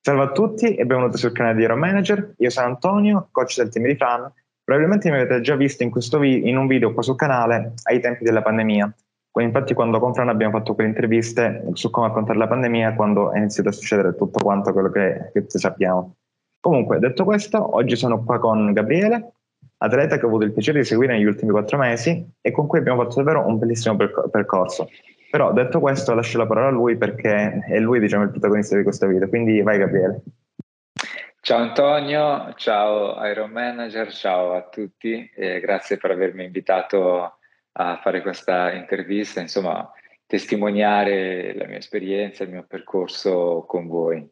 Salve a tutti e benvenuti sul canale di Hero Manager. Io sono Antonio, coach del team di Fran. Probabilmente mi avete già visto in un video qua sul canale ai tempi della pandemia. Infatti quando con Fran abbiamo fatto quelle interviste su come affrontare la pandemia, quando è iniziato a succedere tutto quanto quello che tutti sappiamo. Comunque, detto questo, oggi sono qua con Gabriele, atleta che ho avuto il piacere di seguire negli ultimi 4 mesi e con cui abbiamo fatto davvero un bellissimo percorso. Però detto questo lascio la parola a lui perché è lui, diciamo, il protagonista di questo video, quindi vai Gabriele. Ciao Antonio, ciao Iron Manager, ciao a tutti e grazie per avermi invitato a fare questa intervista, insomma, testimoniare la mia esperienza, il mio percorso con voi.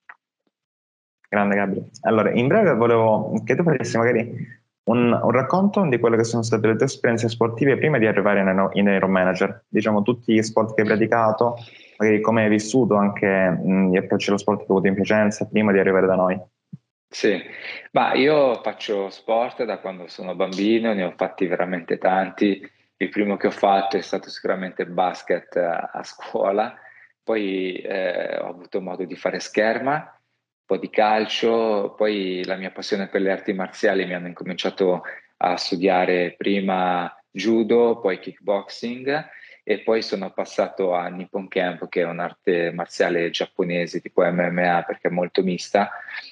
Grande Gabriele. Allora, in breve volevo che tu facessi magari un racconto di quelle che sono state le tue esperienze sportive prima di arrivare in Iron Manager. Diciamo tutti gli sport che hai praticato, magari come hai vissuto anche gli approcci allo sport che hai avuto in Piacenza prima di arrivare da noi. Sì, ma io faccio sport da quando sono bambino, ne ho fatti veramente tanti. Il primo che ho fatto è stato sicuramente il basket a scuola, poi ho avuto modo di fare scherma, un po' di calcio, poi la mia passione per le arti marziali mi hanno incominciato a studiare prima judo, poi kickboxing e poi sono passato a Nippon Camp, che è un'arte marziale giapponese tipo MMA perché è molto mista,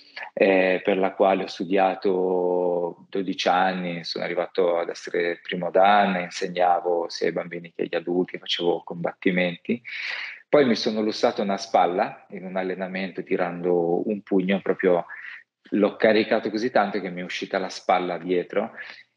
per la quale ho studiato 12 anni, sono arrivato ad essere primo dan, insegnavo sia ai bambini che agli adulti, facevo combattimenti. Poi mi sono lussato una spalla in un allenamento tirando un pugno, proprio l'ho caricato così tanto che mi è uscita la spalla dietro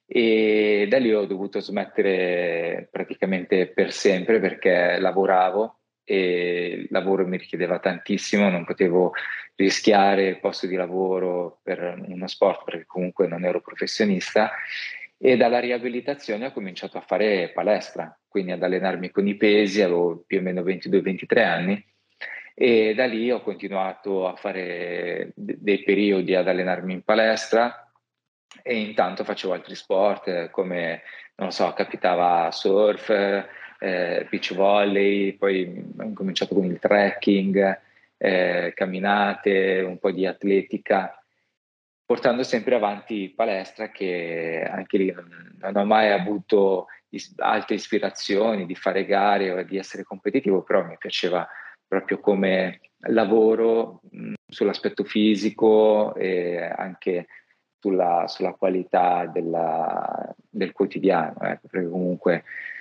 e da lì ho dovuto smettere praticamente per sempre perché lavoravo e il lavoro mi richiedeva tantissimo, non potevo rischiare il posto di lavoro per uno sport perché comunque non ero professionista e dalla riabilitazione ho cominciato a fare palestra, quindi ad allenarmi con i pesi, avevo più o meno 22-23 anni e da lì ho continuato a fare dei periodi ad allenarmi in palestra e intanto facevo altri sport come, non lo so, capitava surf, beach volley, poi ho incominciato con il trekking, camminate, un po' di atletica, portando sempre avanti palestra che anche lì non ho mai avuto alte ispirazioni di fare gare o di essere competitivo, però mi piaceva proprio come lavoro sull'aspetto fisico e anche sulla qualità del quotidiano, perché comunque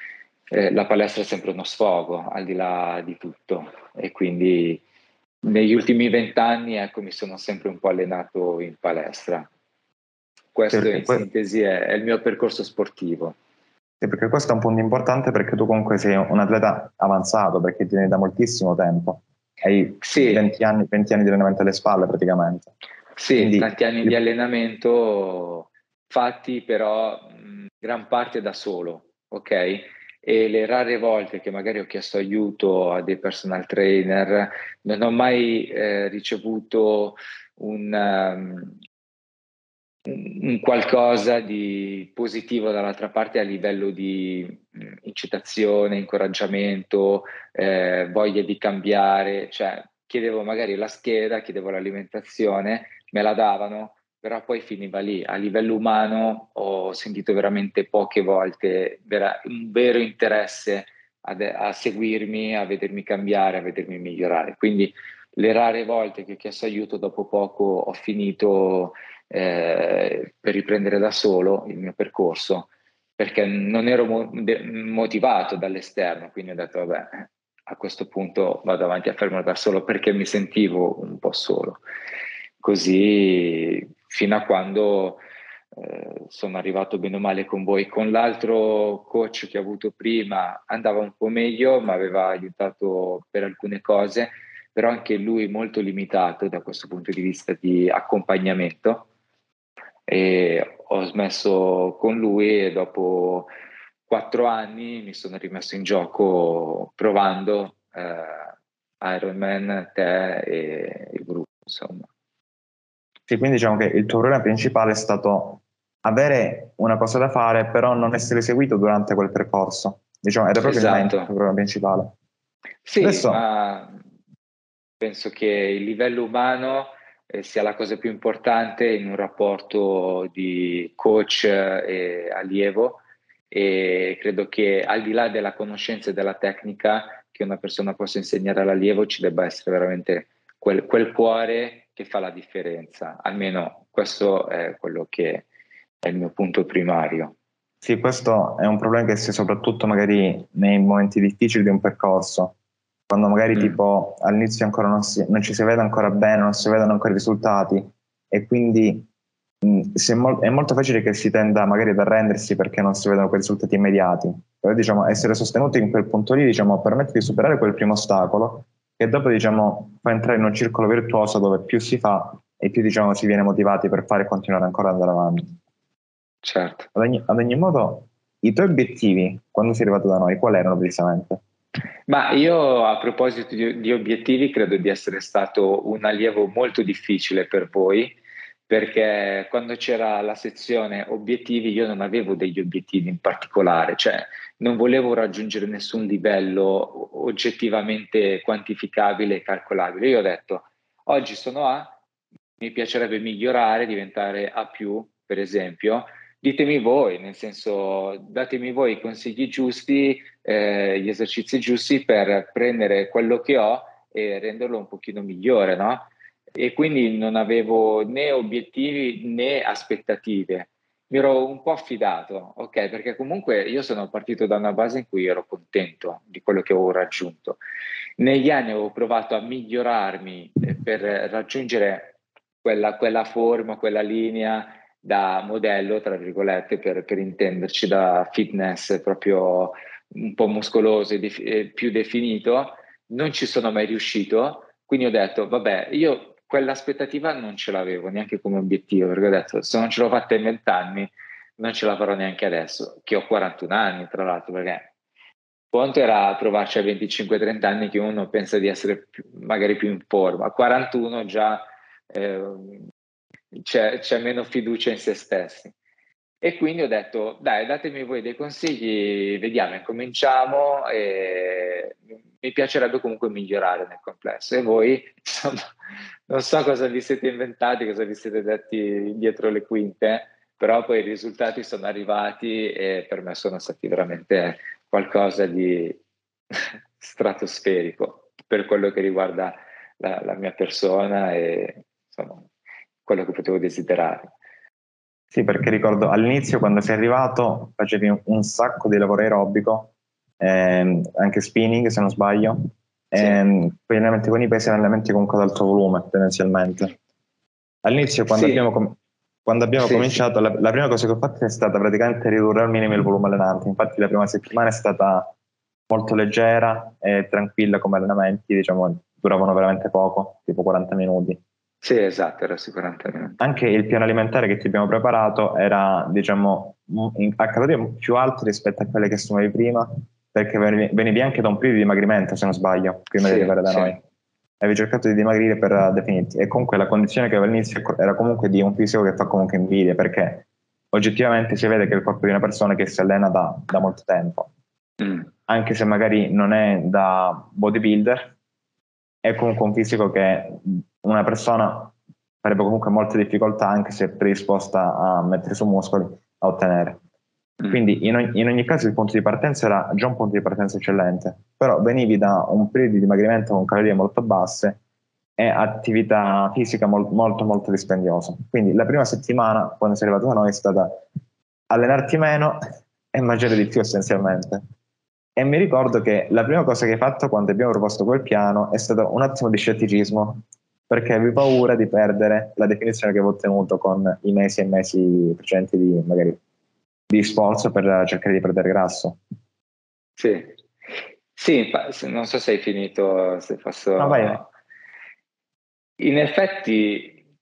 la palestra è sempre uno sfogo al di là di tutto e quindi negli ultimi 20 anni ecco, mi sono sempre un po' allenato in palestra. Questo Perché, in sintesi è il mio percorso sportivo. perché questo è un punto importante perché tu comunque sei un atleta avanzato, perché tieni da moltissimo tempo. Hai Sì, 20 anni di allenamento alle spalle praticamente. sì, Quindi tanti anni di allenamento fatti però gran parte da solo, ok? E le rare volte che magari ho chiesto aiuto a dei personal trainer, non ho mai ricevuto un qualcosa di positivo dall'altra parte a livello di incitazione, incoraggiamento, voglia di cambiare, cioè chiedevo magari la scheda, chiedevo l'alimentazione, me la davano, però poi finiva lì. A livello umano ho sentito veramente poche volte un vero interesse a seguirmi, a vedermi cambiare, a vedermi migliorare. Quindi le rare volte che ho chiesto aiuto, dopo poco ho finito per riprendere da solo il mio percorso, perché non ero motivato dall'esterno, quindi ho detto, vabbè, a questo punto vado avanti a farmelo da solo perché mi sentivo un po' solo. Così fino a quando sono arrivato bene o male con voi. Con l'altro coach che ho avuto prima andava un po' meglio, mi aveva aiutato per alcune cose, però anche lui molto limitato da questo punto di vista di accompagnamento e ho smesso con lui e dopo 4 anni mi sono rimesso in gioco provando Ironman, te e il gruppo, insomma. sì, quindi diciamo che il tuo problema principale è stato avere una cosa da fare, però non essere seguito durante quel percorso. Diciamo, era proprio in mente il tuo Esatto. problema principale. Sì, Adesso, ma penso che il livello umano sia la cosa più importante in un rapporto di coach e allievo, e credo che al di là della conoscenza e della tecnica che una persona possa insegnare all'allievo ci debba essere veramente quel cuore che fa la differenza. Almeno questo è quello che è il mio punto primario. Sì, questo è un problema che si ha soprattutto magari nei momenti difficili di un percorso, quando magari Mm, tipo all'inizio ancora non ci si vede ancora bene, non si vedono ancora i risultati e quindi è molto facile che si tenda magari ad arrendersi perché non si vedono quei risultati immediati. Però diciamo essere sostenuti in quel punto lì diciamo, permette di superare quel primo ostacolo e dopo diciamo, fa entrare in un circolo virtuoso dove più si fa e più diciamo, si viene motivati per fare e continuare ancora ad andare avanti. certo. Ad ogni modo, i tuoi obiettivi quando sei arrivato da noi, quali erano precisamente? Ma io a proposito di obiettivi credo di essere stato un allievo molto difficile per voi, perché quando c'era la sezione obiettivi io non avevo degli obiettivi in particolare, cioè non volevo raggiungere nessun livello oggettivamente quantificabile e calcolabile. Io ho detto, oggi sono A, mi piacerebbe migliorare, diventare A+, per esempio. Ditemi voi, nel senso, datemi voi i consigli giusti, gli esercizi giusti per prendere quello che ho e renderlo un pochino migliore, no? E quindi non avevo né obiettivi né aspettative. Mi ero un po' affidato, ok? Perché comunque io sono partito da una base in cui ero contento di quello che avevo raggiunto. Negli anni avevo provato a migliorarmi per raggiungere quella forma, quella linea da modello, tra virgolette, per intenderci, da fitness proprio un po' muscoloso e più definito. Non ci sono mai riuscito, quindi ho detto, vabbè, io quell'aspettativa non ce l'avevo neanche come obiettivo, perché ho detto, se non ce l'ho fatta in 20 anni, non ce la farò neanche adesso, che ho 41 anni, tra l'altro, perché conto era provarci a 25-30 anni che uno pensa di essere magari più in forma, a 41 già c'è meno fiducia in se stessi. E quindi ho detto, dai, datemi voi dei consigli, vediamo, incominciamo e mi piacerebbe comunque migliorare nel complesso. E voi, insomma, non so cosa vi siete inventati, cosa vi siete detti dietro le quinte, però poi i risultati sono arrivati e per me sono stati veramente qualcosa di stratosferico per quello che riguarda la mia persona e insomma quello che potevo desiderare. Sì, perché ricordo all'inizio quando sei arrivato facevi un sacco di lavoro aerobico, anche spinning se non sbaglio, Sì, poi allenamenti con i pesi erano allenamenti comunque ad alto volume tendenzialmente. All'inizio sì, quando abbiamo sì, sì. cominciato la prima cosa che ho fatto è stata praticamente ridurre al minimo il volume allenante, infatti la prima settimana è stata molto leggera e tranquilla come allenamenti, diciamo duravano veramente poco, tipo 40 minuti. Sì, esatto, era sicuramente. Anche il piano alimentare che ti abbiamo preparato era, diciamo, a calorie più alte rispetto a quelle che assumevi prima, perché venivi anche da un periodo di dimagrimento, se non sbaglio, prima di Sì, arrivare da sì. noi. Avevi cercato di dimagrire per definirti. E comunque la condizione che avevo all'inizio era comunque di un fisico che fa comunque invidia, perché oggettivamente si vede che è il corpo di una persona che si allena da molto tempo. Mm. Anche se magari non è da bodybuilder, è comunque un fisico che una persona farebbe comunque molte difficoltà, anche se predisposta a mettere su muscoli, a ottenere. Mm. Quindi in ogni caso il punto di partenza era già un punto di partenza eccellente, però venivi da un periodo di dimagrimento con calorie molto basse e attività fisica molto molto dispendiosa. Quindi la prima settimana, quando sei arrivato da noi, è stata allenarti meno e mangiare di più essenzialmente. E mi ricordo che la prima cosa che hai fatto quando abbiamo proposto quel piano è stato un attimo di scetticismo, perché avevi paura di perdere la definizione che avevo ottenuto con i mesi e mesi precedenti di, magari, di sforzo per cercare di perdere grasso. Sì, sì, non so se hai finito, se No, vai. posso. In effetti,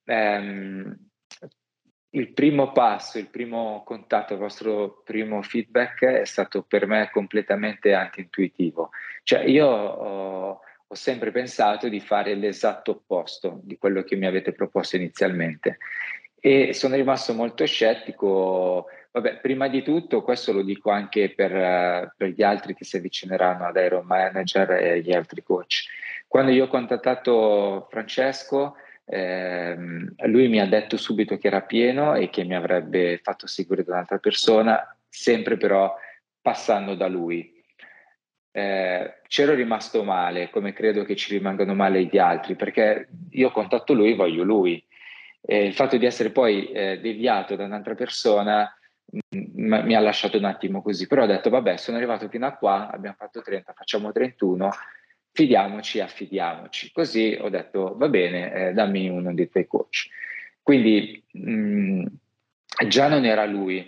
il primo passo, il primo contatto, il vostro primo feedback è stato per me completamente antintuitivo. Cioè, io ho sempre pensato di fare l'esatto opposto di quello che mi avete proposto inizialmente e sono rimasto molto scettico. Vabbè, prima di tutto, questo lo dico anche per gli altri che si avvicineranno ad Iron Manager e gli altri coach. Quando io ho contattato Francesco, lui mi ha detto subito che era pieno e che mi avrebbe fatto seguire da un'altra persona, sempre però passando da lui. C'ero rimasto male, come credo che ci rimangano male gli altri, perché io contatto lui, voglio lui. Il fatto di essere poi deviato da un'altra persona mi ha lasciato un attimo così, però ho detto vabbè, sono arrivato fino a qua, abbiamo fatto 30, facciamo 31, fidiamoci, affidiamoci. Così ho detto va bene, dammi uno dei tuoi coach. Quindi già non era lui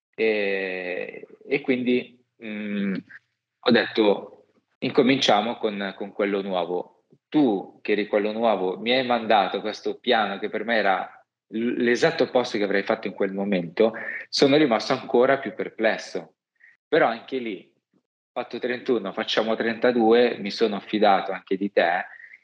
e quindi ho detto incominciamo con quello nuovo. Tu che eri quello nuovo mi hai mandato questo piano che per me era l'esatto opposto che avrei fatto in quel momento, sono rimasto ancora più perplesso. Però anche lì, fatto 31, facciamo 32, mi sono affidato anche di te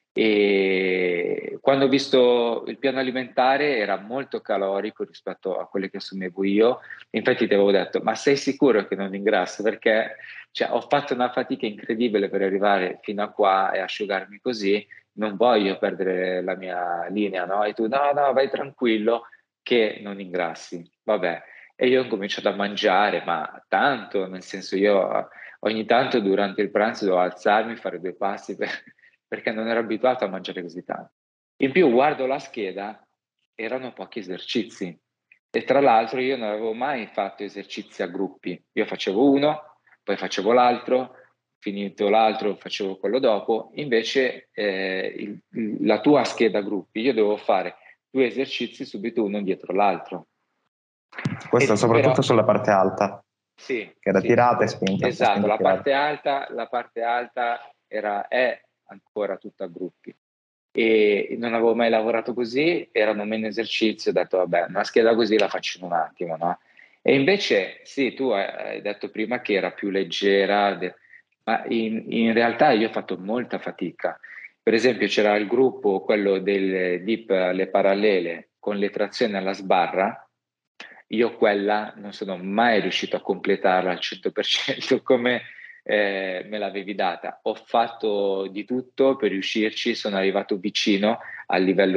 e quando ho visto il piano alimentare era molto calorico rispetto a quelle che assumevo io. Infatti ti avevo detto, ma sei sicuro che non ingrasso? Perché cioè, ho fatto una fatica incredibile per arrivare fino a qua e asciugarmi così, non voglio perdere la mia linea, no? E tu, no, no, vai tranquillo che non ingrassi. Vabbè, e io ho cominciato a mangiare, ma tanto, nel senso io ogni tanto durante il pranzo dovevo alzarmi, fare due passi perché non ero abituato a mangiare così tanto. In più guardo la scheda, erano pochi esercizi e tra l'altro io non avevo mai fatto esercizi a gruppi, io facevo uno, poi facevo l'altro, finito l'altro facevo quello dopo, invece la tua scheda gruppi io dovevo fare due esercizi subito uno dietro l'altro. Questo Però soprattutto sulla parte alta, sì, che era sì, tirata e spinta, esatto, spinta e tirata. la parte alta è ancora tutta a gruppi e non avevo mai lavorato così, erano meno esercizi, ho detto vabbè, una scheda così la faccio in un attimo, no? E invece sì, tu hai detto prima che era più leggera, ma in realtà io ho fatto molta fatica. Per esempio c'era il gruppo, quello del dip alle parallele con le trazioni alla sbarra, io quella non sono mai riuscito a completarla al 100% come me l'avevi data. Ho fatto di tutto per riuscirci, sono arrivato vicino al livello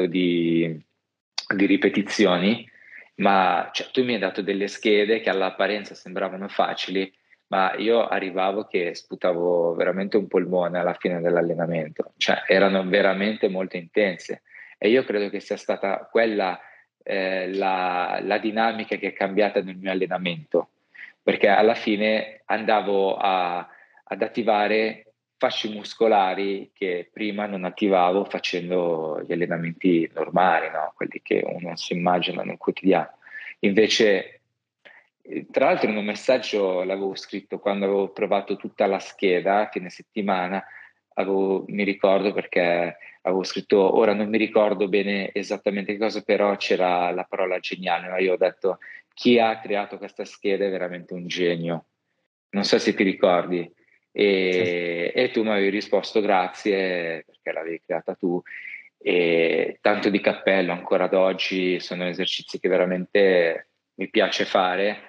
di ripetizioni, ma cioè, tu mi hai dato delle schede che all'apparenza sembravano facili, ma io arrivavo che sputavo veramente un polmone alla fine dell'allenamento, cioè erano veramente molto intense e io credo che sia stata quella la dinamica che è cambiata nel mio allenamento, perché alla fine andavo ad attivare fasci muscolari che prima non attivavo facendo gli allenamenti normali, no? Quelli che uno si immagina nel quotidiano. Invece, tra l'altro, in un messaggio l'avevo scritto quando avevo provato tutta la scheda a fine settimana, mi ricordo perché avevo scritto, ora non mi ricordo bene esattamente che cosa, però c'era la parola geniale, no? Io ho detto, chi ha creato questa scheda è veramente un genio. Non so se ti ricordi. Sì, sì. E tu mi avevi risposto grazie perché l'avevi creata tu. E tanto di cappello ancora ad oggi, sono esercizi che veramente mi piace fare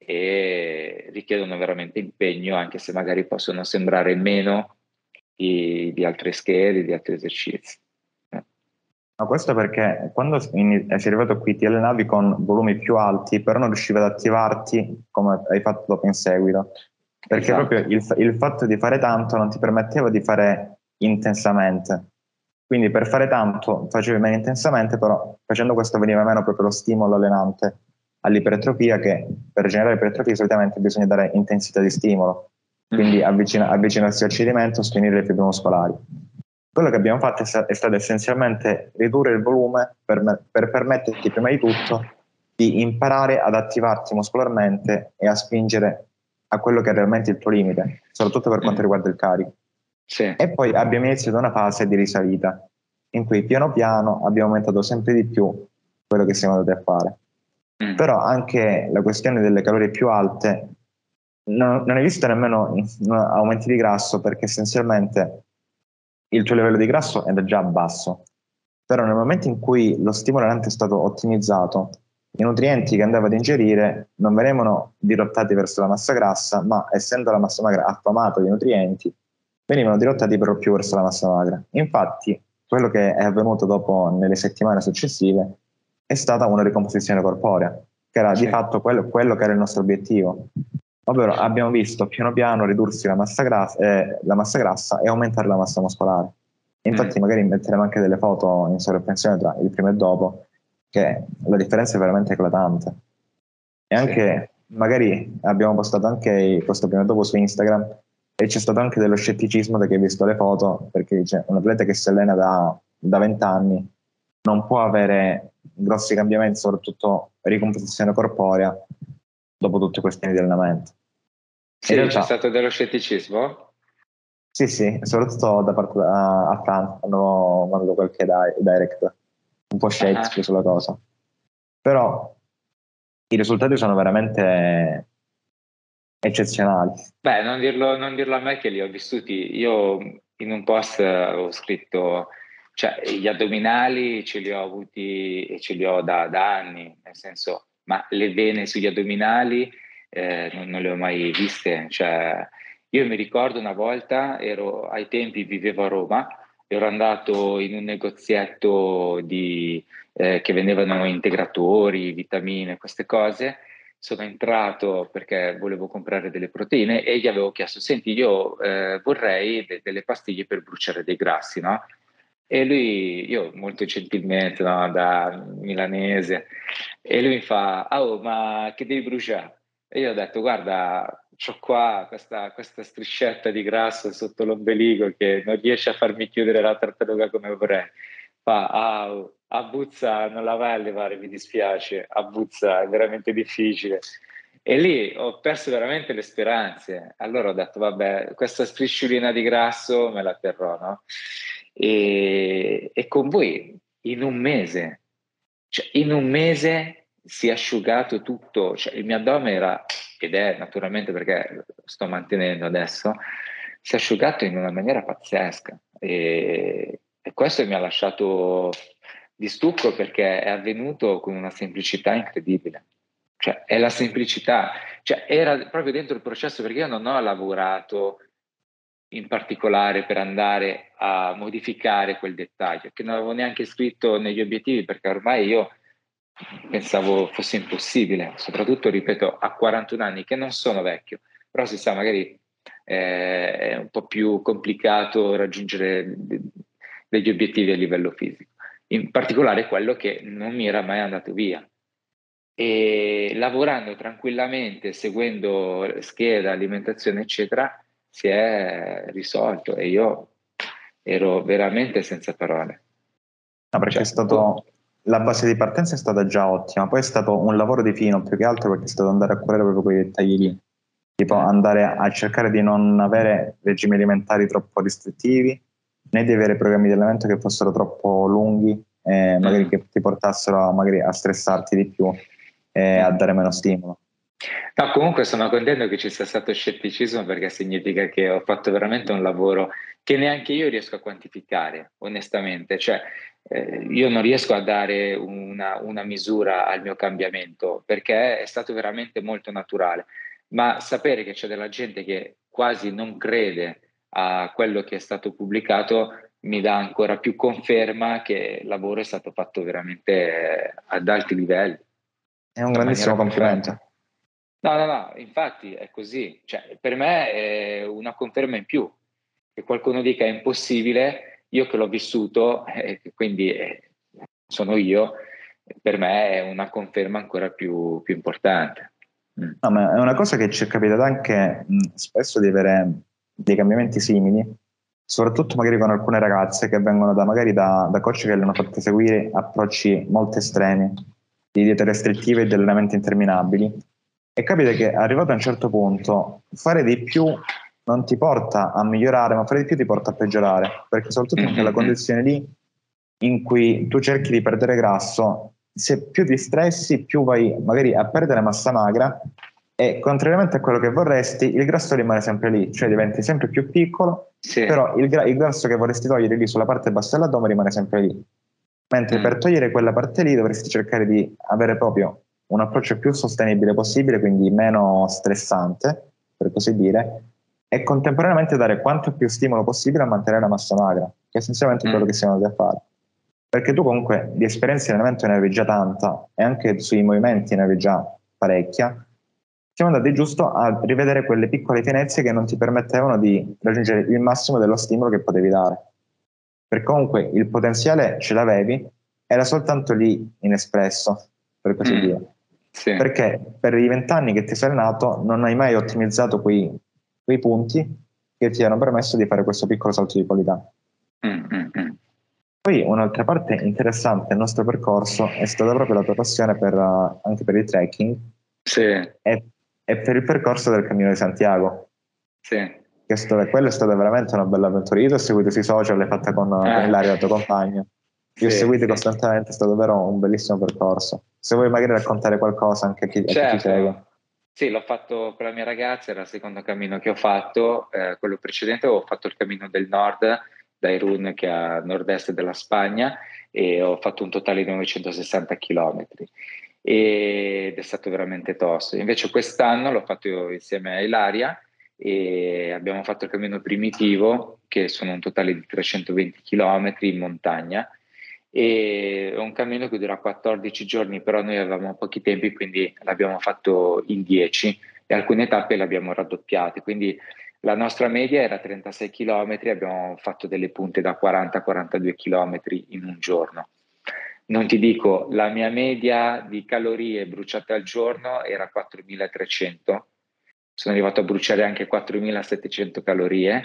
e richiedono veramente impegno, anche se magari possono sembrare meno di altre schede, di altri esercizi. Ma questo perché quando sei arrivato qui ti allenavi con volumi più alti, però non riuscivi ad attivarti come hai fatto dopo in seguito. Perché proprio Esatto. il fatto di fare tanto non ti permetteva di fare intensamente. Quindi per fare tanto facevi meno intensamente, però facendo questo veniva meno proprio lo stimolo allenante all'ipertrofia, che per generare ipertrofia solitamente bisogna dare intensità di stimolo, quindi avvicinarsi al cedimento, sfinire le fibre muscolari. Quello che abbiamo fatto è stato essenzialmente ridurre il volume per permetterti prima di tutto di imparare ad attivarti muscolarmente e a spingere a quello che è realmente il tuo limite, soprattutto per quanto riguarda il carico. Sì. E poi abbiamo iniziato una fase di risalita, in cui piano piano abbiamo aumentato sempre di più quello che siamo andati a fare. Mm. Però anche la questione delle calorie più alte non hai visto nemmeno aumenti di grasso, perché essenzialmente il tuo livello di grasso era già basso, però nel momento in cui lo stimolalante è stato ottimizzato, i nutrienti che andava ad ingerire non venivano dirottati verso la massa grassa, ma essendo la massa magra affamata di nutrienti, venivano dirottati per lo più verso la massa magra. Infatti quello che è avvenuto dopo nelle settimane successive è stata una ricomposizione corporea, che era di fatto quello che era il nostro obiettivo. Ovvero abbiamo visto piano piano ridursi la massa grassa e aumentare la massa muscolare. E infatti magari metteremo anche delle foto in sovraimpressione tra il prima e dopo, che la differenza è veramente eclatante. E anche magari abbiamo postato anche questo prima e dopo su Instagram, e c'è stato anche dello scetticismo da chi ha visto le foto, perché dice un atleta che si allena da 20 anni non può avere grossi cambiamenti, soprattutto ricomposizione corporea, dopo tutti questi anni di allenamento. Sì, in realtà, c'è stato dello scetticismo? Sì, soprattutto da parte a Fran, hanno mandato qualche direct un po' scettico sulla cosa. Però i risultati sono veramente eccezionali. Beh, non dirlo a me che li ho vissuti. Io in un post ho scritto, cioè gli addominali ce li ho avuti e ce li ho da anni, nel senso, ma le vene sugli addominali non le ho mai viste. Cioè, io mi ricordo una volta, ai tempi vivevo a Roma, ero andato in un negozietto che vendevano integratori, vitamine, queste cose. Sono entrato perché volevo comprare delle proteine e gli avevo chiesto: senti, io vorrei delle pastiglie per bruciare dei grassi, no? E lui, io molto gentilmente, no, da milanese, e lui mi fa: oh, ma che devi bruciare? E io ho detto: guarda, c'ho qua questa striscetta di grasso sotto l'ombelico che non riesce a farmi chiudere la tartaruga come vorrei. A Buzza non la vai a levare, mi dispiace, a Buzza è veramente difficile. E lì ho perso veramente le speranze. Allora ho detto: vabbè, questa strisciolina di grasso me la terrò, no? E con voi in un mese, cioè in un mese si è asciugato tutto. Cioè, il mio addome era, ed è naturalmente perché lo sto mantenendo adesso, si è asciugato in una maniera pazzesca. E questo mi ha lasciato di stucco, perché è avvenuto con una semplicità incredibile. Cioè, è la semplicità, cioè, era proprio dentro il processo, perché io non ho lavorato in particolare per andare a modificare quel dettaglio, che non avevo neanche scritto negli obiettivi, perché ormai io pensavo fosse impossibile, soprattutto, ripeto, a 41 anni, che non sono vecchio, però si sa, magari è un po' più complicato raggiungere degli obiettivi a livello fisico, in particolare quello che non mi era mai andato via. E lavorando tranquillamente, seguendo scheda, alimentazione, eccetera, si è risolto, e io ero veramente senza parole. No, perché la base di partenza è stata già ottima, poi è stato un lavoro di fino più che altro, perché è stato andare a curare proprio quei dettagli lì, tipo andare a cercare di non avere regimi alimentari troppo restrittivi, né di avere programmi di allenamento che fossero troppo lunghi, magari che ti portassero magari a stressarti di più e a dare meno stimolo. No, comunque sono contento che ci sia stato scetticismo, perché significa che ho fatto veramente un lavoro che neanche io riesco a quantificare, onestamente. Cioè, io non riesco a dare una misura al mio cambiamento, perché è stato veramente molto naturale. Ma sapere che c'è della gente che quasi non crede a quello che è stato pubblicato mi dà ancora più conferma che il lavoro è stato fatto veramente ad alti livelli. È un grandissimo complimento. No, infatti è così. Cioè, per me è una conferma in più. Che qualcuno dica è impossibile, io che l'ho vissuto, quindi sono io, per me è una conferma ancora più importante. No, ma è una cosa che ci è capitato anche spesso di avere dei cambiamenti simili, soprattutto magari con alcune ragazze che vengono magari da coach che le hanno fatte seguire approcci molto estremi, di diete restrittive e di allenamenti interminabili. E capita che arrivato a un certo punto fare di più non ti porta a migliorare, ma fare di più ti porta a peggiorare, perché soprattutto in quella condizione lì in cui tu cerchi di perdere grasso, se più ti stressi, più vai magari a perdere massa magra, e contrariamente a quello che vorresti, il grasso rimane sempre lì, cioè diventi sempre più piccolo, Sì. però il grasso che vorresti togliere lì sulla parte bassa dell'addome rimane sempre lì. Mentre per togliere quella parte lì dovresti cercare di avere proprio un approccio più sostenibile possibile, quindi meno stressante, per così dire, e contemporaneamente dare quanto più stimolo possibile a mantenere la massa magra, che è essenzialmente quello che siamo andati a fare. Perché tu comunque di esperienza di allenamento ne avevi già tanta e anche sui movimenti ne avevi già parecchia. Siamo andati giusto a rivedere quelle piccole finezze che non ti permettevano di raggiungere il massimo dello stimolo che potevi dare. Perché comunque il potenziale ce l'avevi, era soltanto lì inespresso, per così dire. Sì. Perché per i 20 anni che ti sei allenato non hai mai ottimizzato quei punti che ti hanno permesso di fare questo piccolo salto di qualità. Poi un'altra parte interessante del nostro percorso è stata proprio la tua passione anche per il trekking, sì, e per il percorso del Cammino di Santiago. Sì. Quello è stata veramente una bella avventura. Io ti ho seguito sui social, l'hai fatta con Ilaria, il tuo compagno. Ti ho seguito costantemente, è stato davvero un bellissimo percorso. Se vuoi magari raccontare qualcosa anche a chi ti segue. Sì, l'ho fatto con la mia ragazza, era il secondo cammino che ho fatto. Quello precedente avevo fatto il cammino del nord, da Irun, che è a nord-est della Spagna, e ho fatto un totale di 960 chilometri. Ed è stato veramente tosto. Invece quest'anno l'ho fatto io insieme a Ilaria e abbiamo fatto il cammino primitivo, che sono un totale di 320 chilometri in montagna. E è un cammino che dura 14 giorni, però noi avevamo pochi tempi, quindi l'abbiamo fatto in 10 e alcune tappe le abbiamo raddoppiate, quindi la nostra media era 36 km, abbiamo fatto delle punte da 40-42 km in un giorno. Non ti dico, la mia media di calorie bruciate al giorno era 4.300, sono arrivato a bruciare anche 4.700 calorie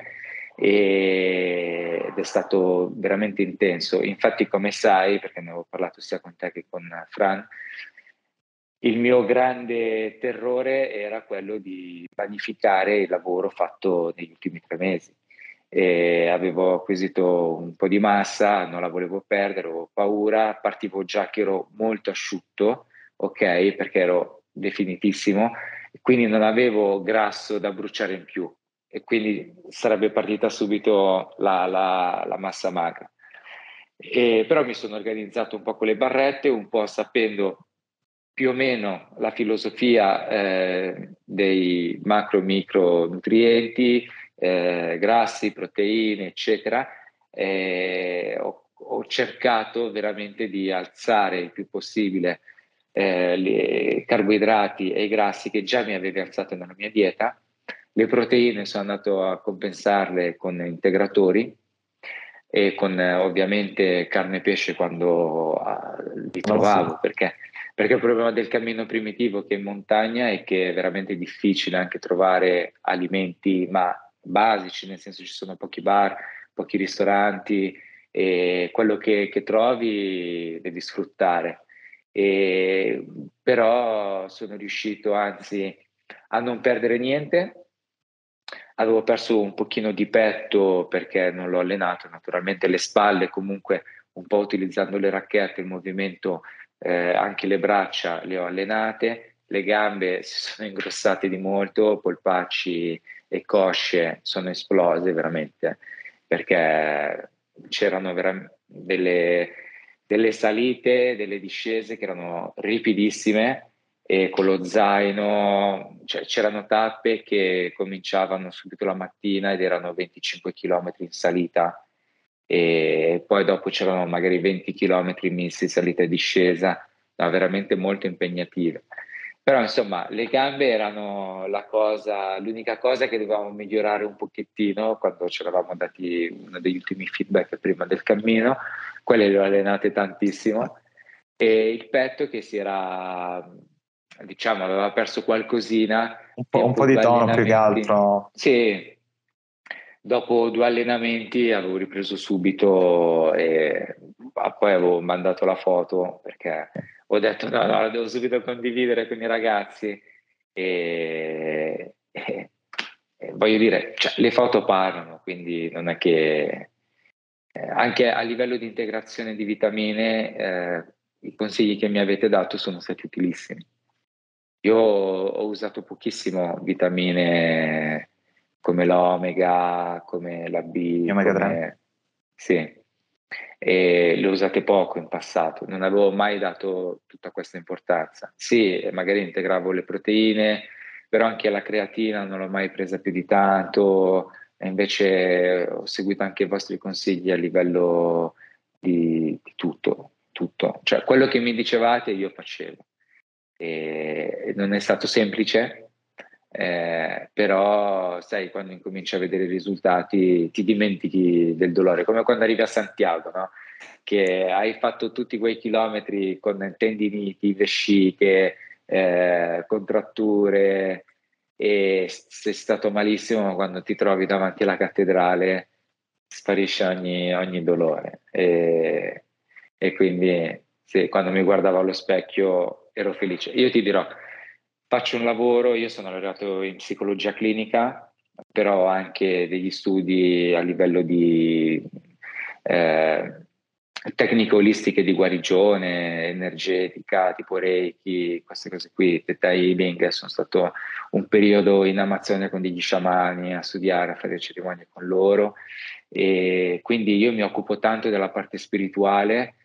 ed è stato veramente intenso. Infatti, come sai, perché ne avevo parlato sia con te che con Fran, il mio grande terrore era quello di vanificare il lavoro fatto negli ultimi 3 mesi. E avevo acquisito un po' di massa, non la volevo perdere, avevo paura, partivo già che ero molto asciutto, ok, perché ero definitissimo, quindi non avevo grasso da bruciare in più e quindi sarebbe partita subito la massa magra. Però mi sono organizzato un po' con le barrette, un po' sapendo più o meno la filosofia dei macro-micro nutrienti, grassi, proteine, eccetera. Ho cercato veramente di alzare il più possibile i carboidrati e i grassi che già mi avevi alzato nella mia dieta. Le proteine sono andato a compensarle con integratori e con ovviamente carne e pesce quando li trovavo, perché il problema del cammino primitivo che è in montagna è che è veramente difficile anche trovare alimenti ma basici, nel senso ci sono pochi bar, pochi ristoranti e quello che trovi devi sfruttare. Però sono riuscito anzi a non perdere niente. Avevo perso un pochino di petto perché non l'ho allenato, naturalmente le spalle comunque un po' utilizzando le racchette, il movimento, anche le braccia le ho allenate, le gambe si sono ingrossate di molto, polpacci e cosce sono esplose veramente perché c'erano delle salite, delle discese che erano ripidissime e con lo zaino, cioè, c'erano tappe che cominciavano subito la mattina ed erano 25 km in salita e poi dopo c'erano magari 20 km misti salita e discesa, no, veramente molto impegnative. Però insomma le gambe erano l'unica cosa che dovevamo migliorare un pochettino quando ci eravamo dati uno degli ultimi feedback prima del cammino, quelle le ho allenate tantissimo e il petto che si era, diciamo, aveva perso qualcosina Un po' dopo di due tono più che allenamenti. altro. Sì, dopo 2 allenamenti avevo ripreso subito e poi avevo mandato la foto perché ho detto no, la devo subito condividere con i ragazzi e voglio dire, cioè, le foto parlano, quindi non è che anche a livello di integrazione di vitamine, i consigli che mi avete dato sono stati utilissimi. Io ho usato pochissimo vitamine come l'omega, come la B, Omega 3. Sì, e le ho usate poco in passato, non avevo mai dato tutta questa importanza. Sì, magari integravo le proteine, però anche la creatina non l'ho mai presa più di tanto, e invece ho seguito anche i vostri consigli a livello di tutto. Cioè quello che mi dicevate io facevo. E non è stato semplice, però sai, quando incominci a vedere i risultati ti dimentichi del dolore, come quando arrivi a Santiago, no? Che hai fatto tutti quei chilometri con tendiniti, vesciche, contratture, e sei stato malissimo, ma quando ti trovi davanti alla cattedrale sparisce ogni dolore. E quindi sì, quando mi guardavo allo specchio ero felice. Io ti dirò, faccio un lavoro, io sono laureato in psicologia clinica, però ho anche degli studi a livello di eh, tecniche olistiche di guarigione energetica, tipo Reiki, queste cose qui, Theta Healing. Sono stato un periodo in Amazzonia con degli sciamani a studiare, a fare cerimonie con loro, e quindi io mi occupo tanto della parte spirituale,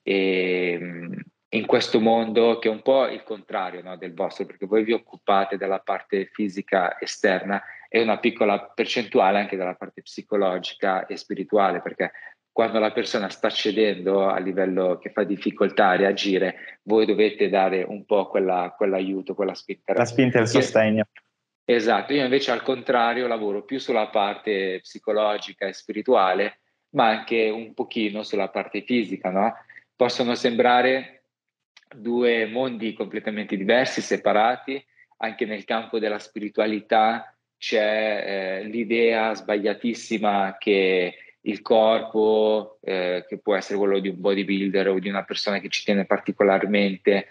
e in questo mondo che è un po' il contrario, no, del vostro, perché voi vi occupate della parte fisica esterna e una piccola percentuale anche della parte psicologica e spirituale, perché quando la persona sta cedendo a livello che fa difficoltà a reagire, voi dovete dare un po' quell'aiuto, quella spinta. La spinta e il sostegno. Esatto, io invece al contrario lavoro più sulla parte psicologica e spirituale, ma anche un pochino sulla parte fisica, no? Possono sembrare due mondi completamente diversi, separati. Anche nel campo della spiritualità c'è l'idea sbagliatissima che il corpo, che può essere quello di un bodybuilder o di una persona che ci tiene particolarmente,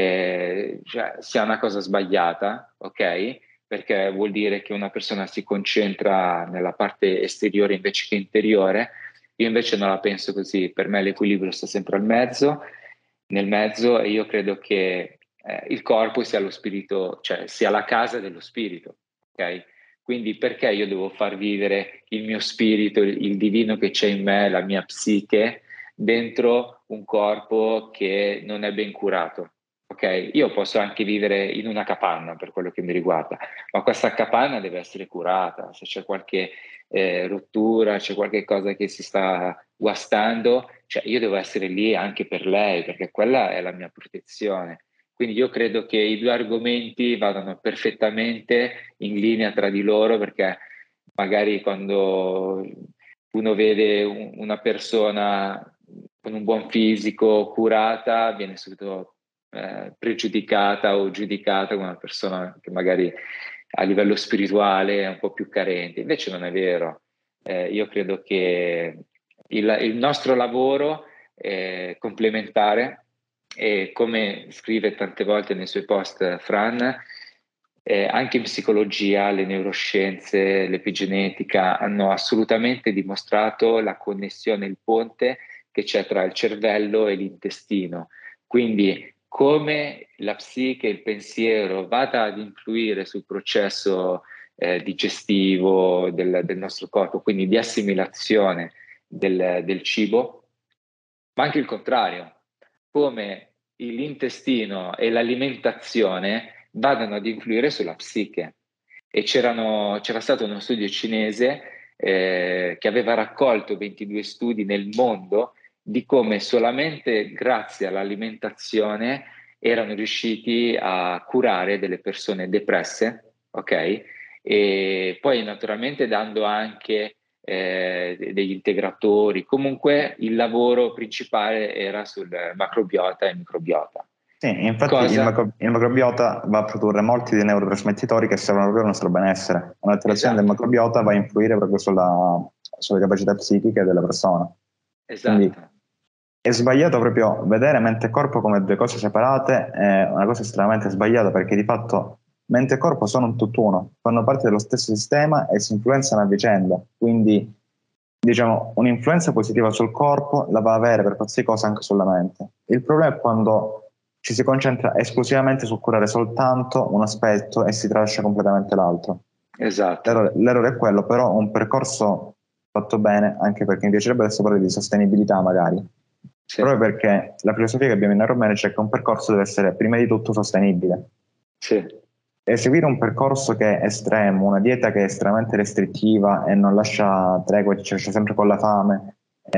cioè, sia una cosa sbagliata, ok? Perché vuol dire che una persona si concentra nella parte esteriore invece che interiore. Io invece non la penso così, per me l'equilibrio sta sempre nel mezzo, e io credo che il corpo sia lo spirito, cioè sia la casa dello spirito, ok? Quindi perché io devo far vivere il mio spirito, il divino che c'è in me, la mia psiche, dentro un corpo che non è ben curato? Ok, io posso anche vivere in una capanna per quello che mi riguarda, ma questa capanna deve essere curata. Se c'è qualche rottura, c'è qualche cosa che si sta guastando, cioè io devo essere lì anche per lei, perché quella è la mia protezione. Quindi io credo che i due argomenti vadano perfettamente in linea tra di loro, perché magari quando uno vede una persona con un buon fisico, curata, viene subito pregiudicata o giudicata come una persona che magari a livello spirituale è un po' più carente. Invece non è vero. Io credo che il nostro lavoro è complementare, e come scrive tante volte nei suoi post Fran, anche in psicologia, le neuroscienze, l'epigenetica hanno assolutamente dimostrato la connessione, il ponte che c'è tra il cervello e l'intestino. Quindi come la psiche, il pensiero vada ad influire sul processo digestivo del nostro corpo, quindi di assimilazione del cibo, ma anche il contrario, come l'intestino e l'alimentazione vadano ad influire sulla psiche. E c'era stato uno studio cinese che aveva raccolto 22 studi nel mondo di come solamente grazie all'alimentazione erano riusciti a curare delle persone depresse, ok? E poi naturalmente dando anche degli integratori. Comunque il lavoro principale era sul macrobiota e microbiota. Sì, infatti Cosa? il macrobiota va a produrre molti dei neurotrasmettitori che servono proprio al nostro benessere. Un'alterazione del Esatto, macrobiota va a influire proprio sulle capacità psichiche della persona. Quindi esatto. è sbagliato proprio vedere mente e corpo come due cose separate, è una cosa estremamente sbagliata, perché di fatto mente e corpo sono un tutt'uno, fanno parte dello stesso sistema e si influenzano a vicenda. Quindi, diciamo, un'influenza positiva sul corpo la va a avere per qualsiasi cosa anche sulla mente. Il problema è quando ci si concentra esclusivamente su curare soltanto un aspetto e si tralascia completamente l'altro. Esatto. L'errore è quello, però un percorso fatto bene, anche perché mi piacerebbe adesso parlare di sostenibilità magari, Sì, proprio perché la filosofia che abbiamo in Neuromanagement è che un percorso deve essere prima di tutto sostenibile. sì, seguire un percorso che è estremo, una dieta che è estremamente restrittiva e non lascia tregua, ci lascia sempre con la fame,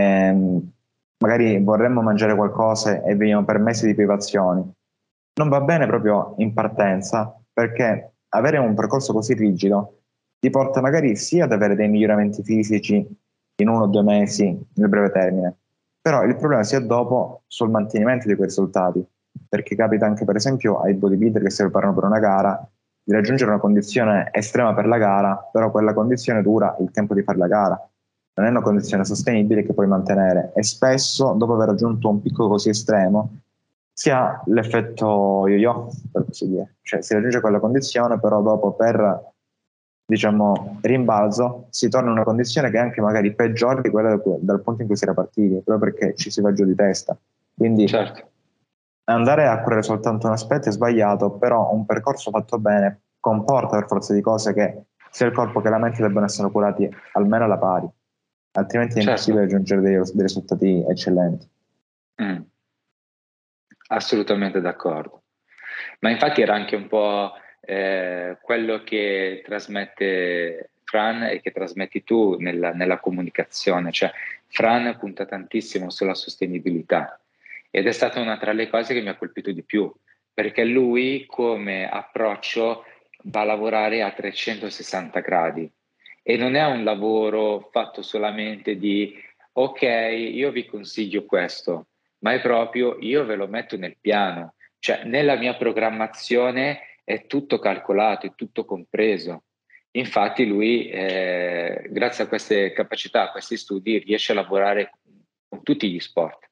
magari vorremmo mangiare qualcosa e veniamo per mesi di privazioni. Non va bene proprio in partenza, perché avere un percorso così rigido ti porta magari sia ad avere dei miglioramenti fisici in 1 o 2 mesi nel breve termine, però il problema sia dopo sul mantenimento di quei risultati, perché capita anche per esempio ai bodybuilder che si preparano per una gara di raggiungere una condizione estrema per la gara, però quella condizione dura il tempo di fare la gara, non è una condizione sostenibile che puoi mantenere, e spesso dopo aver raggiunto un picco così estremo si ha l'effetto yo-yo, per così dire, cioè si raggiunge quella condizione, però dopo per, diciamo, rimbalzo si torna in una condizione che è anche magari peggiore di quella dal punto in cui si era partiti, proprio perché ci si va giù di testa. Quindi Certo. andare a curare soltanto un aspetto è sbagliato, però un percorso fatto bene comporta per forza di cose che sia il corpo che la mente debbano essere curati almeno alla pari, altrimenti è impossibile Certo. raggiungere dei risultati eccellenti. Mm. Assolutamente d'accordo. Ma infatti era anche un po' quello che trasmette Fran e che trasmetti tu nella comunicazione. Cioè, Fran punta tantissimo sulla sostenibilità ed è stata una tra le cose che mi ha colpito di più, perché lui come approccio va a lavorare a 360 gradi e non è un lavoro fatto solamente di ok, io vi consiglio questo, ma è proprio io ve lo metto nel piano, cioè nella mia programmazione è tutto calcolato, è tutto compreso. Infatti lui, grazie a queste capacità, a questi studi, riesce a lavorare con tutti gli sport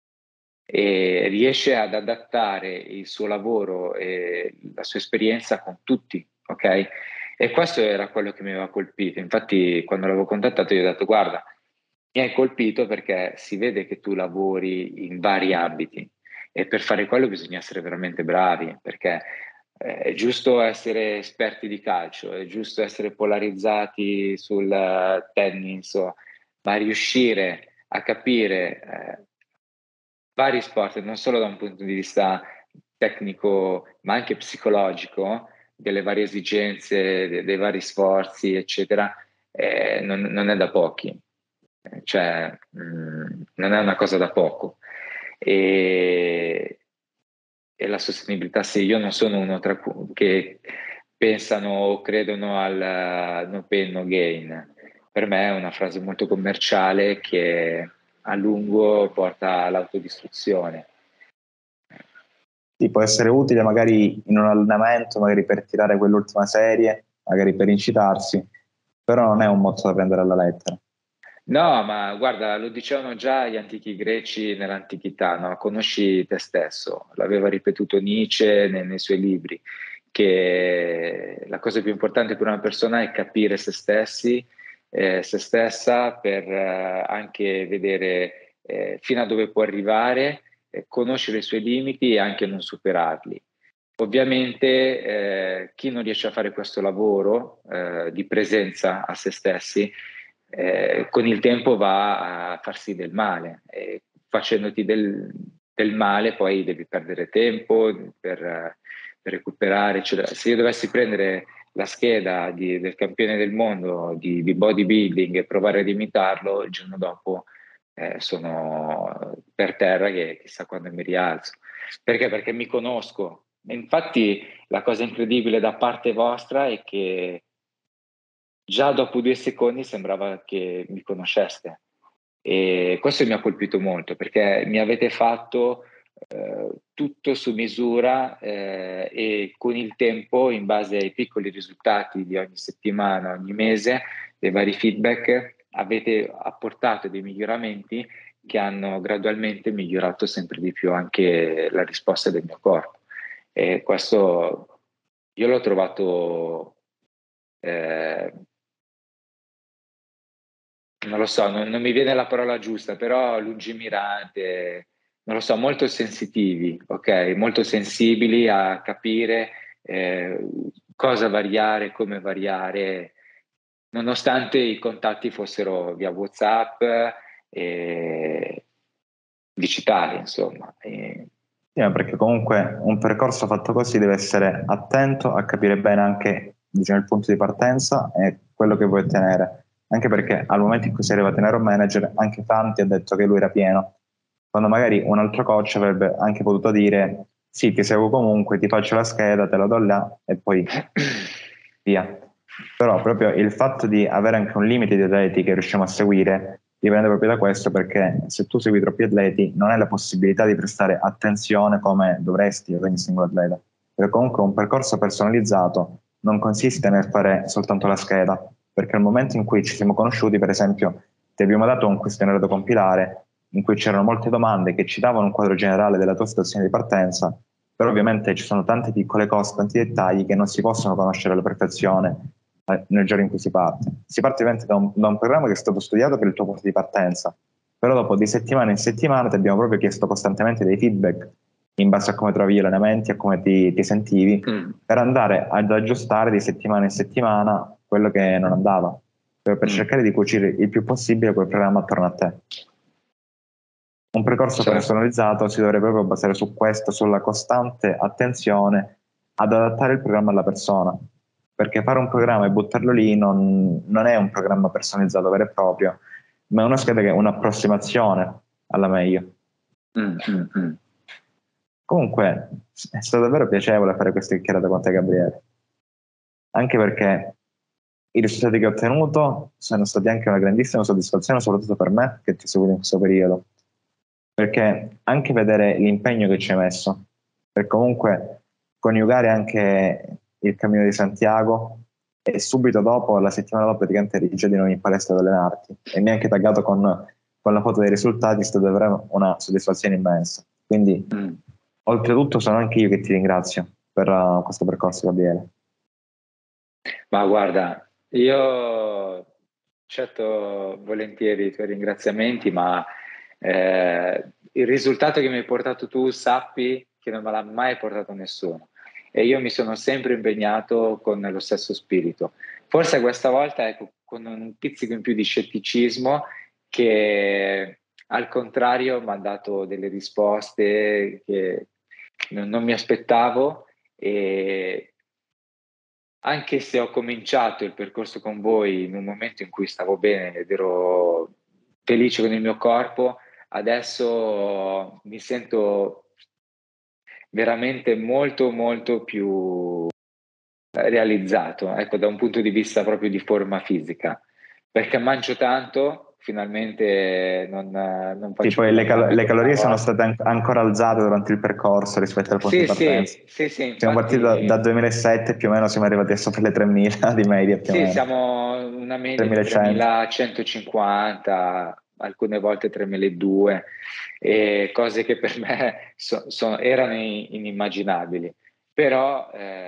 e riesce ad adattare il suo lavoro e la sua esperienza con tutti, ok? E questo era quello che mi aveva colpito. Infatti, quando l'avevo contattato, gli ho detto: guarda, mi hai colpito perché si vede che tu lavori in vari ambiti e per fare quello bisogna essere veramente bravi, perché è giusto essere esperti di calcio, è giusto essere polarizzati sul tennis, ma riuscire a capire vari sport, non solo da un punto di vista tecnico, ma anche psicologico, delle varie esigenze, dei vari sforzi, eccetera, non è da pochi, cioè non è una cosa da poco. E, e la sostenibilità, sì, io non sono uno che pensano o credono al no pain, no gain. Per me è una frase molto commerciale che a lungo porta all'autodistruzione. Sì, può essere utile magari in un allenamento, magari per tirare quell'ultima serie, magari per incitarsi, però non è un motto da prendere alla lettera. No, ma guarda, lo dicevano già gli antichi greci nell'antichità, no? Conosci te stesso, l'aveva ripetuto Nietzsche nei suoi libri, che la cosa più importante per una persona è capire se stessi, se stessa, per anche vedere fino a dove può arrivare, conoscere i suoi limiti e anche non superarli. Ovviamente chi non riesce a fare questo lavoro di presenza a se stessi, con il tempo va a farsi del male e facendoti del male poi devi perdere tempo per recuperare, eccetera. Se io dovessi prendere la scheda del campione del mondo di bodybuilding e provare ad imitarlo, il giorno dopo sono per terra che chissà quando mi rialzo. Perché? Perché mi conosco. E infatti la cosa incredibile da parte vostra è che già dopo 2 secondi sembrava che mi conosceste. E questo mi ha colpito molto perché mi avete fatto tutto su misura e con il tempo, in base ai piccoli risultati di ogni settimana, ogni mese, dei vari feedback, avete apportato dei miglioramenti che hanno gradualmente migliorato sempre di più anche la risposta del mio corpo. E questo io l'ho trovato eh, non lo so, non mi viene la parola giusta, però lungimirante, non lo so, molto sensitivi, ok? Molto sensibili a capire cosa variare, come variare, nonostante i contatti fossero via WhatsApp e digitali, insomma. Sì, ma perché comunque un percorso fatto così deve essere attento a capire bene anche, diciamo, il punto di partenza e quello che vuoi ottenere. Anche perché al momento in cui sei arrivato in Aero Manager, anche Fanti ha detto che lui era pieno, quando magari un altro coach avrebbe anche potuto dire sì, ti seguo comunque, ti faccio la scheda, te la do là e poi via. Però proprio il fatto di avere anche un limite di atleti che riusciamo a seguire dipende proprio da questo, perché se tu segui troppi atleti non hai la possibilità di prestare attenzione come dovresti ad ogni singolo atleta. Perché comunque un percorso personalizzato non consiste nel fare soltanto la scheda, perché al momento in cui ci siamo conosciuti, per esempio, ti abbiamo dato un questionario da compilare in cui c'erano molte domande che ci davano un quadro generale della tua situazione di partenza, però ovviamente ci sono tante piccole cose, tanti dettagli che non si possono conoscere alla perfezione nel giorno in cui si parte. Si parte ovviamente da un programma che è stato studiato per il tuo punto di partenza, però dopo di settimana in settimana ti abbiamo proprio chiesto costantemente dei feedback in base a come trovi gli allenamenti, a come ti sentivi, per andare ad aggiustare di settimana in settimana quello che non andava, per cercare di cucire il più possibile quel programma attorno a te. Un percorso Certo. personalizzato si dovrebbe proprio basare su questo, sulla costante attenzione ad adattare il programma alla persona, perché fare un programma e buttarlo lì non è un programma personalizzato vero e proprio, ma è una scheda che è un'approssimazione alla meglio. Comunque è stato davvero piacevole fare questa chiacchierata con te, Gabriele, anche perché i risultati che ho ottenuto sono stati anche una grandissima soddisfazione, soprattutto per me che ti seguo in questo periodo, perché anche vedere l'impegno che ci hai messo, per comunque coniugare anche il Cammino di Santiago e subito dopo, la settimana dopo, praticamente eri già di nuovo in palestra ad allenarti e mi hai anche taggato con la foto dei risultati, è stata davvero una soddisfazione immensa. Quindi, oltretutto, sono anche io che ti ringrazio per questo percorso, Gabriele. Ma guarda, io accetto volentieri i tuoi ringraziamenti, ma il risultato che mi hai portato tu sappi che non me l'ha mai portato nessuno e io mi sono sempre impegnato con lo stesso spirito. Forse questa volta, ecco, con un pizzico in più di scetticismo che al contrario mi ha dato delle risposte che non mi aspettavo e anche se ho cominciato il percorso con voi in un momento in cui stavo bene ed ero felice con il mio corpo, adesso mi sento veramente molto, molto più realizzato, ecco, da un punto di vista proprio di forma fisica, perché mangio tanto, finalmente non Sì, faccio poi più la fame le come una calorie sono volta. state ancora alzate durante il percorso rispetto al punto di Sì, partenza. sì, sì, sì, Siamo partiti da infatti 2007, più o meno siamo arrivati a sopra le 3.000 di media, più o sì, meno. siamo una media di 3.100. 3150, alcune volte 3200, e cose che per me erano inimmaginabili. Però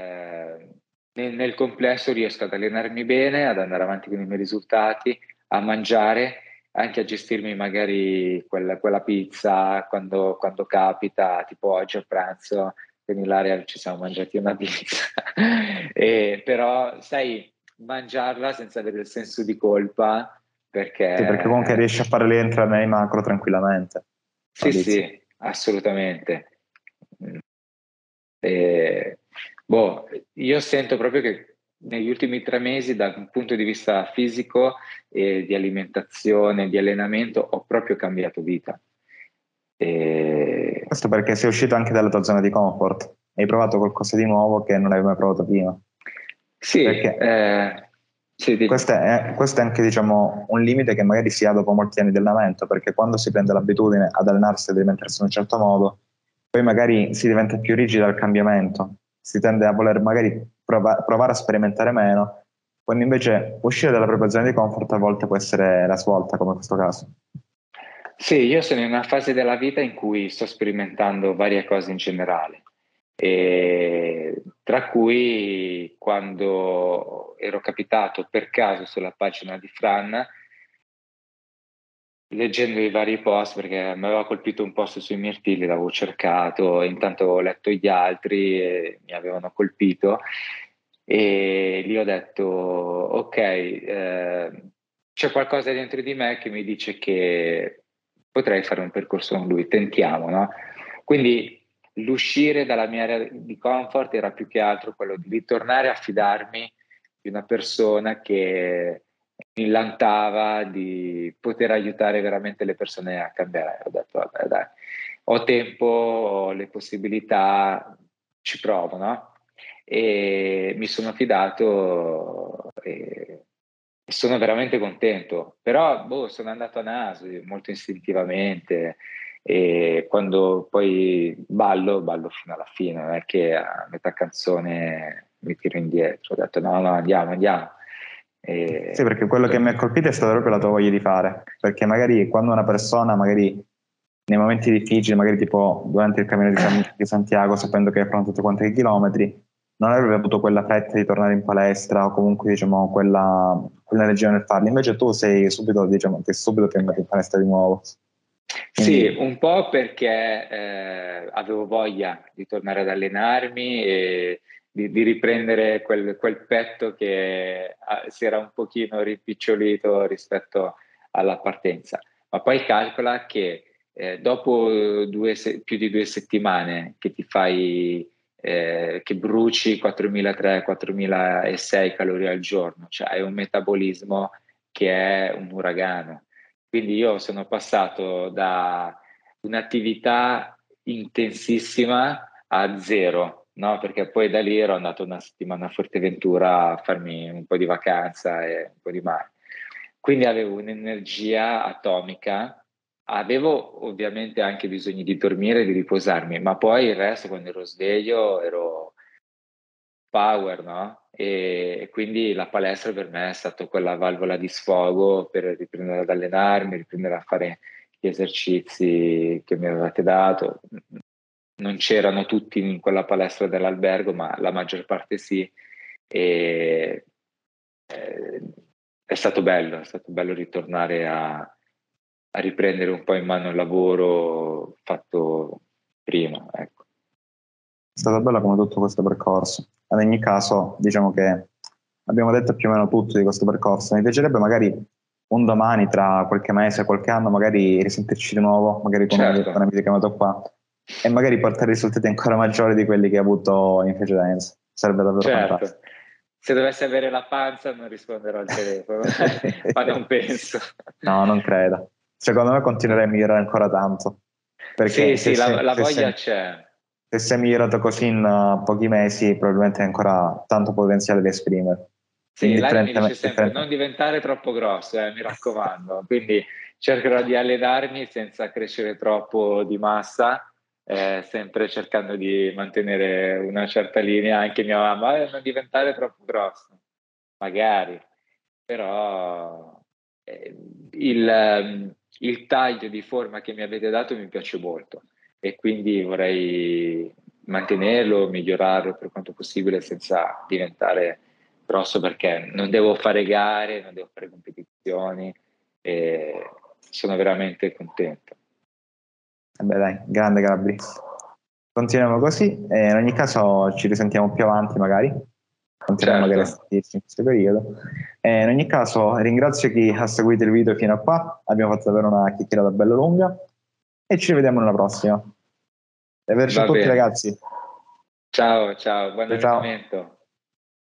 nel complesso riesco ad allenarmi bene, ad andare avanti con i miei risultati, a mangiare, anche a gestirmi magari quella pizza quando capita, tipo oggi a pranzo con Ilaria ci siamo mangiati una pizza. Però, sai, mangiarla senza avere il senso di colpa, Sì, perché comunque perché riesci a farli entrare nei macro tranquillamente. La sì, pizza. sì, assolutamente. E, boh, io sento proprio che negli ultimi 3 mesi, dal punto di vista fisico e di alimentazione, di allenamento, ho proprio cambiato vita. E, Questo perché sei uscito anche dalla tua zona di comfort. Hai provato qualcosa di nuovo che non avevi mai provato prima. sì, Perché sì, dimmi. questo è anche, diciamo, un limite che magari si ha dopo molti anni di allenamento, perché quando si prende l'abitudine ad allenarsi e ad alimentarsi in un certo modo, poi magari si diventa più rigidi al cambiamento, si tende a voler magari provare a sperimentare meno, quando invece uscire dalla propria zona di comfort a volte può essere la svolta, come in questo caso. Sì, io sono in una fase della vita in cui sto sperimentando varie cose in generale, e tra cui quando ero capitato per caso sulla pagina di Fran, leggendo i vari post, perché mi aveva colpito un post sui mirtilli, l'avevo cercato, e intanto ho letto gli altri e mi avevano colpito, e lì ho detto, ok, c'è qualcosa dentro di me che mi dice che potrei fare un percorso con lui, tentiamo, no? Quindi l'uscire dalla mia area di comfort era più che altro quello di ritornare a fidarmi di una persona che mi millantava di poter aiutare veramente le persone a cambiare. Ho detto, vabbè, dai, ho tempo, ho le possibilità, ci provo, no? E mi sono fidato e sono veramente contento. Però sono andato a naso, molto istintivamente, e quando poi ballo fino alla fine, non è che a metà canzone mi tiro indietro. Ho detto no, no, andiamo. Sì, perché quello che mi ha colpito è stata proprio la tua voglia di fare, perché magari quando una persona, magari nei momenti difficili, magari tipo durante il cammino di Santiago, sapendo che hai affrontato quanti chilometri, non avrebbe avuto quella fretta di tornare in palestra o comunque diciamo quella energia nel farlo. Invece tu sei subito, diciamo, che subito ti è andato in palestra di nuovo. Sì, Quindi, un po' perché avevo voglia di tornare ad allenarmi e di riprendere quel petto che si era un pochino rimpicciolito rispetto alla partenza. Ma poi calcola che dopo più di 2 settimane che ti fai, che bruci 4.300-4.600 calorie al giorno, cioè hai un metabolismo che è un uragano. Quindi io sono passato da un'attività intensissima a zero, no? Perché poi da lì ero andato una settimana a Fuerteventura a farmi un po' di vacanza e un po' di mare. Quindi avevo un'energia atomica, avevo ovviamente anche bisogno di dormire e di riposarmi, ma poi il resto, quando ero sveglio, ero power, no? E quindi la palestra per me è stata quella valvola di sfogo per riprendere ad allenarmi, riprendere a fare gli esercizi che mi avevate dato. Non c'erano tutti in quella palestra dell'albergo, ma la maggior parte sì. E eh, è stato bello ritornare a riprendere un po' in mano il lavoro fatto prima, ecco. è stato bello come tutto questo percorso. Ad ogni caso, diciamo che abbiamo detto più o meno tutto di questo percorso. Mi piacerebbe magari un domani, tra qualche mese, qualche anno, magari risentirci di nuovo, magari con Certo, una videochiamata qua, e magari portare risultati ancora maggiori di quelli che hai avuto in precedenza. Sarebbe davvero fantastico. certo. Se dovessi avere la panza non risponderò al telefono, ma non penso. No, non credo. Secondo me continuerai a migliorare ancora tanto, Sì, perché sì, la voglia c'è. se sei migliorato così in pochi mesi, probabilmente hai ancora tanto potenziale da esprimere. Sì, Lani mi dice Indifferentemente, sempre non diventare troppo grosso, mi raccomando. Quindi cercherò di allenarmi senza crescere troppo di massa, sempre cercando di mantenere una certa linea. Anche mia mamma, non diventare troppo grosso, magari. Però il taglio di forma che mi avete dato mi piace molto e quindi vorrei mantenerlo, migliorarlo per quanto possibile senza diventare grosso, perché non devo fare gare, non devo fare competizioni e sono veramente contento. Beh, dai, grande Gabri. Continuiamo così e in ogni caso ci risentiamo più avanti magari. Continuiamo magari a Certo, sentirci in questo periodo. E in ogni caso ringrazio chi ha seguito il video fino a qua. Abbiamo fatto davvero una chiacchierata bella lunga e ci vediamo nella prossima. Arrivederci a va tutti bene. ragazzi. Ciao, ciao, buon Ciao ciao. allenamento.